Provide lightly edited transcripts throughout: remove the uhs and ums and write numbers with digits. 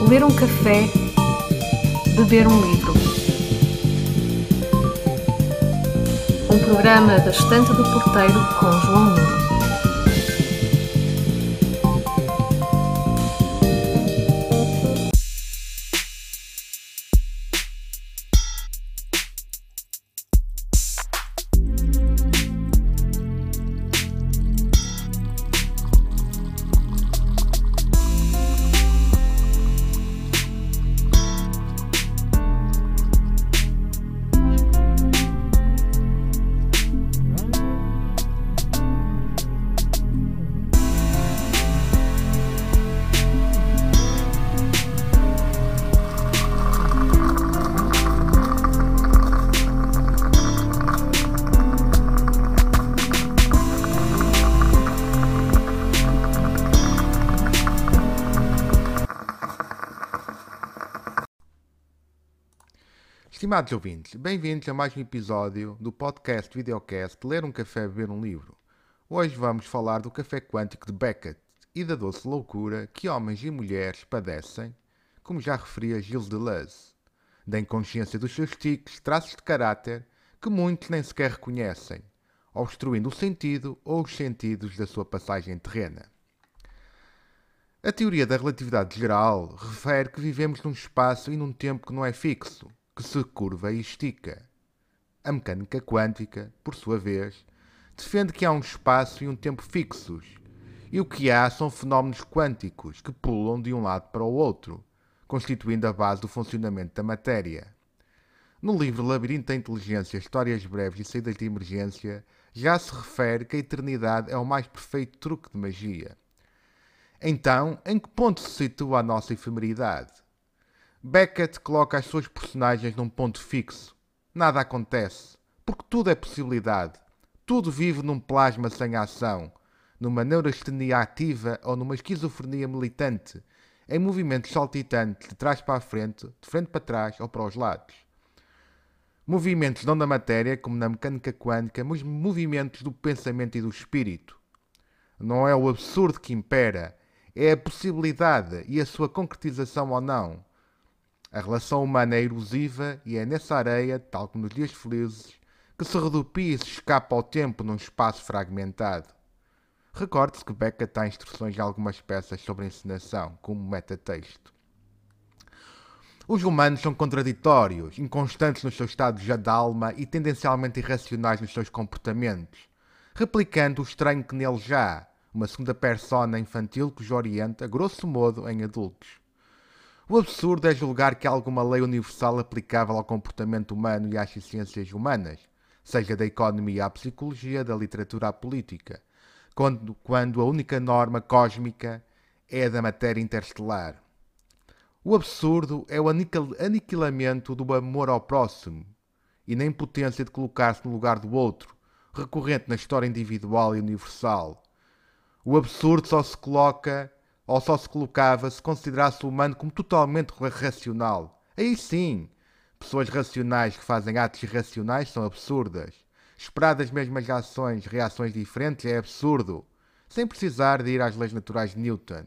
Ler um café, beber um livro. Um programa da Estante do Porteiro com João Nuno. Estimados ouvintes, bem-vindos a mais um episódio do podcast videocast Ler um Café, Beber um Livro. Hoje vamos falar do café quântico de Beckett e da doce loucura que homens e mulheres padecem, como já referia Gilles Deleuze, da inconsciência dos seus tiques, traços de caráter que muitos nem sequer reconhecem, obstruindo o sentido ou os sentidos da sua passagem terrena. A teoria da relatividade geral refere que vivemos num espaço e num tempo que não é fixo, que se curva e estica. A mecânica quântica, por sua vez, defende que há um espaço e um tempo fixos, e o que há são fenómenos quânticos que pulam de um lado para o outro, constituindo a base do funcionamento da matéria. No livro Labirinto da Inteligência, Histórias Breves e Saídas de Emergência, já se refere que a eternidade é o mais perfeito truque de magia. Então, em que ponto se situa a nossa efemeridade? Beckett coloca as suas personagens num ponto fixo. Nada acontece, porque tudo é possibilidade. Tudo vive num plasma sem ação, numa neurastenia ativa ou numa esquizofrenia militante, em movimentos saltitantes de trás para a frente, de frente para trás ou para os lados. Movimentos não da matéria, como na mecânica quântica, mas movimentos do pensamento e do espírito. Não é o absurdo que impera, é a possibilidade e a sua concretização ou não. A relação humana é erosiva e é nessa areia, tal como nos dias felizes, que se redupia e se escapa ao tempo num espaço fragmentado. Recorde-se que Beckett dá instruções em algumas peças sobre a encenação, como metatexto. Os humanos são contraditórios, inconstantes nos seus estados de alma e tendencialmente irracionais nos seus comportamentos, replicando o estranho que neles já há, uma segunda persona infantil que os orienta, grosso modo, em adultos. O absurdo é julgar que há alguma lei universal aplicável ao comportamento humano e às ciências humanas, seja da economia à psicologia, da literatura à política, quando a única norma cósmica é a da matéria interestelar. O absurdo é o aniquilamento do amor ao próximo e na impotência de colocar-se no lugar do outro, recorrente na história individual e universal. O absurdo só se colocava se considerasse o humano como totalmente racional. Aí sim, pessoas racionais que fazem atos irracionais são absurdas. Esperar das mesmas ações reações diferentes é absurdo, sem precisar de ir às leis naturais de Newton.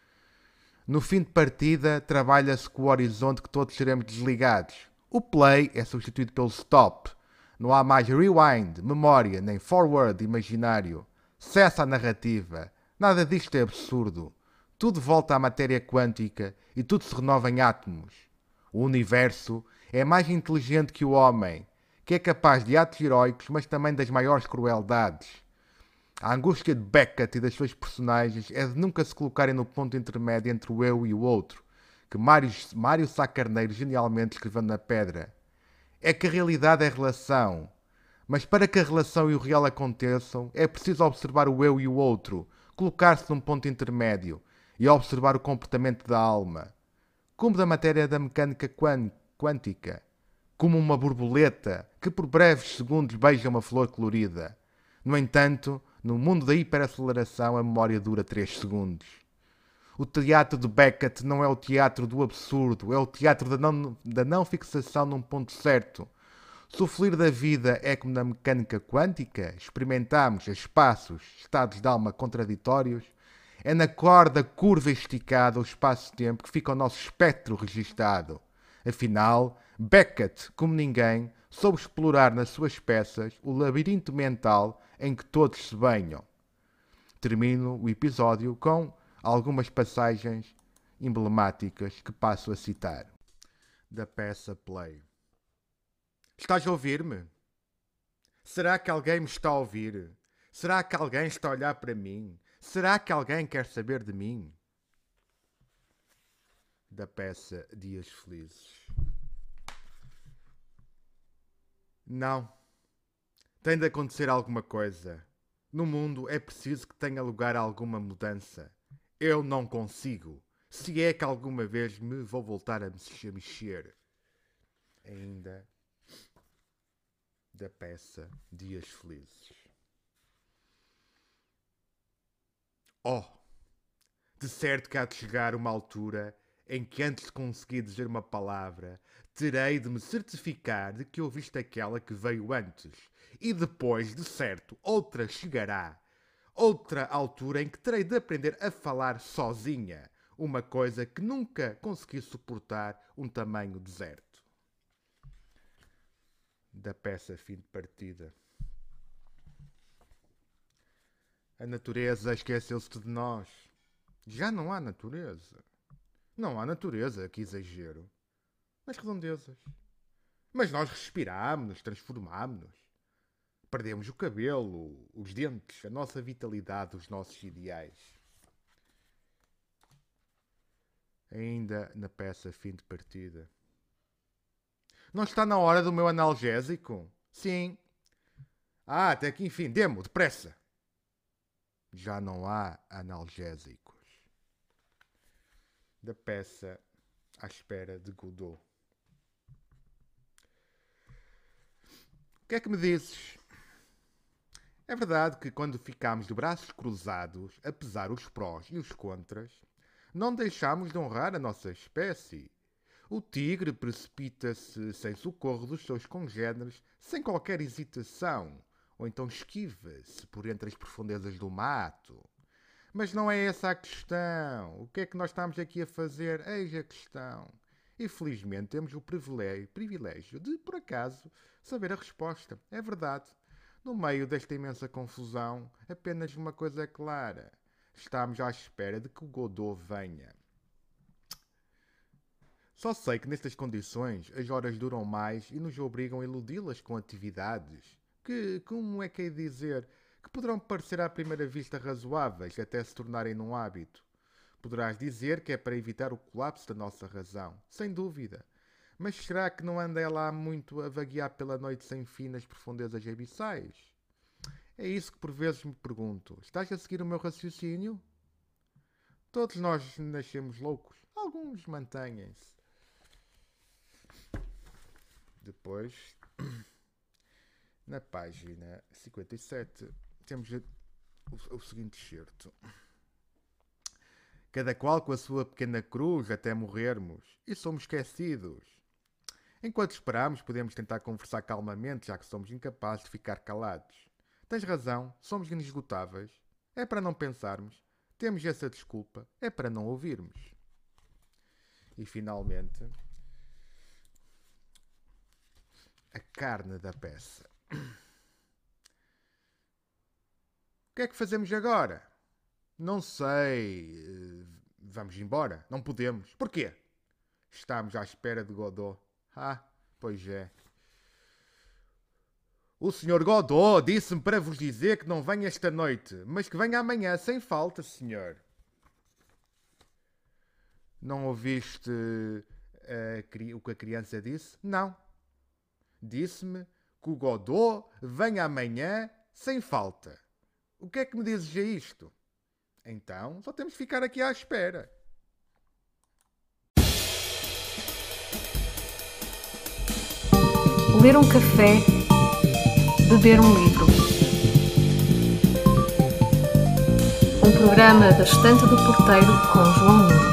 No fim de partida, trabalha-se com o horizonte que todos seremos desligados. O play é substituído pelo stop. Não há mais rewind, memória, nem forward imaginário. Cessa a narrativa. Nada disto é absurdo. Tudo volta à matéria quântica e tudo se renova em átomos. O universo é mais inteligente que o homem, que é capaz de atos heróicos, mas também das maiores crueldades. A angústia de Beckett e das suas personagens é de nunca se colocarem no ponto intermédio entre o eu e o outro, que Mário Sá Carneiro genialmente escreveu na Pedra. É que a realidade é relação, mas para que a relação e o real aconteçam, é preciso observar o eu e o outro, colocar-se num ponto intermédio, e observar o comportamento da alma, como da matéria da mecânica quântica, como uma borboleta que por breves segundos beija uma flor colorida. No entanto, no mundo da hiperaceleração, a memória dura 3 segundos. O teatro de Beckett não é o teatro do absurdo, é o teatro da não fixação num ponto certo. Se o fluir da vida é como na mecânica quântica, experimentamos a espaços, estados de alma contraditórios, É na corda curva e esticada o espaço-tempo que fica o nosso espectro registado. Afinal, Beckett, como ninguém, soube explorar nas suas peças o labirinto mental em que todos se banham. Termino o episódio com algumas passagens emblemáticas que passo a citar. Da peça Play. Estás a ouvir-me? Será que alguém me está a ouvir? Será que alguém está a olhar para mim? Será que alguém quer saber de mim? Da peça Dias Felizes. Não. Tem de acontecer alguma coisa. No mundo é preciso que tenha lugar alguma mudança. Eu não consigo. Se é que alguma vez me vou voltar a mexer. Ainda da peça Dias Felizes. Oh, de certo que há de chegar uma altura em que antes de conseguir dizer uma palavra, terei de me certificar de que ouviste aquela que veio antes. E depois, de certo, outra chegará. Outra altura em que terei de aprender a falar sozinha. Uma coisa que nunca consegui suportar um tamanho deserto. Da peça Fim de Partida. A natureza esqueceu-se de nós. Já não há natureza. Não há natureza, que exagero. Nas redondezas. Mas nós respirámos-nos, transformámos-nos. Perdemos o cabelo, os dentes, a nossa vitalidade, os nossos ideais. Ainda na peça Fim de Partida. Não está na hora do meu analgésico? Sim. Até que enfim, demo, depressa. Já não há analgésicos. Da peça À Espera de Godot. O que é que me dizes? É verdade que quando ficámos de braços cruzados, a pesar os prós e os contras, não deixámos de honrar a nossa espécie. O tigre precipita-se sem socorro dos seus congêneres, sem qualquer hesitação, ou então esquiva-se por entre as profundezas do mato. Mas não é essa a questão. O que é que nós estamos aqui a fazer? Eis a questão. E felizmente temos o privilégio de, por acaso, saber a resposta. É verdade. No meio desta imensa confusão, apenas uma coisa é clara. Estamos à espera de que o Godot venha. Só sei que nestas condições as horas duram mais e nos obrigam a iludi-las com atividades que, como é que hei de dizer, que poderão parecer à primeira vista razoáveis até se tornarem num hábito. Poderás dizer que é para evitar o colapso da nossa razão, sem dúvida. Mas será que não anda ela há muito a vaguear pela noite sem fim nas profundezas abissais? É isso que por vezes me pergunto. Estás a seguir o meu raciocínio? Todos nós nascemos loucos. Alguns mantêm-se. Depois, na página 57, temos o seguinte excerto. Cada qual com a sua pequena cruz até morrermos, e somos esquecidos. Enquanto esperamos, podemos tentar conversar calmamente, já que somos incapazes de ficar calados. Tens razão, somos inesgotáveis. É para não pensarmos. Temos essa desculpa. É para não ouvirmos. E finalmente, a carne da peça. O que é que fazemos agora? Não sei. Vamos embora? Não podemos. Porquê? Estamos à espera de Godot. Ah, pois é. O Sr. Godot disse-me para vos dizer que não venha esta noite, mas que venha amanhã, sem falta, senhor. Não ouviste o que a criança disse? Não. Disse-me que o Godot venha amanhã, sem falta. O que é que me dizes a isto? Então, só temos de ficar aqui à espera. Ler um café, beber um livro. Um programa da Estante do Porteiro com João Nuno.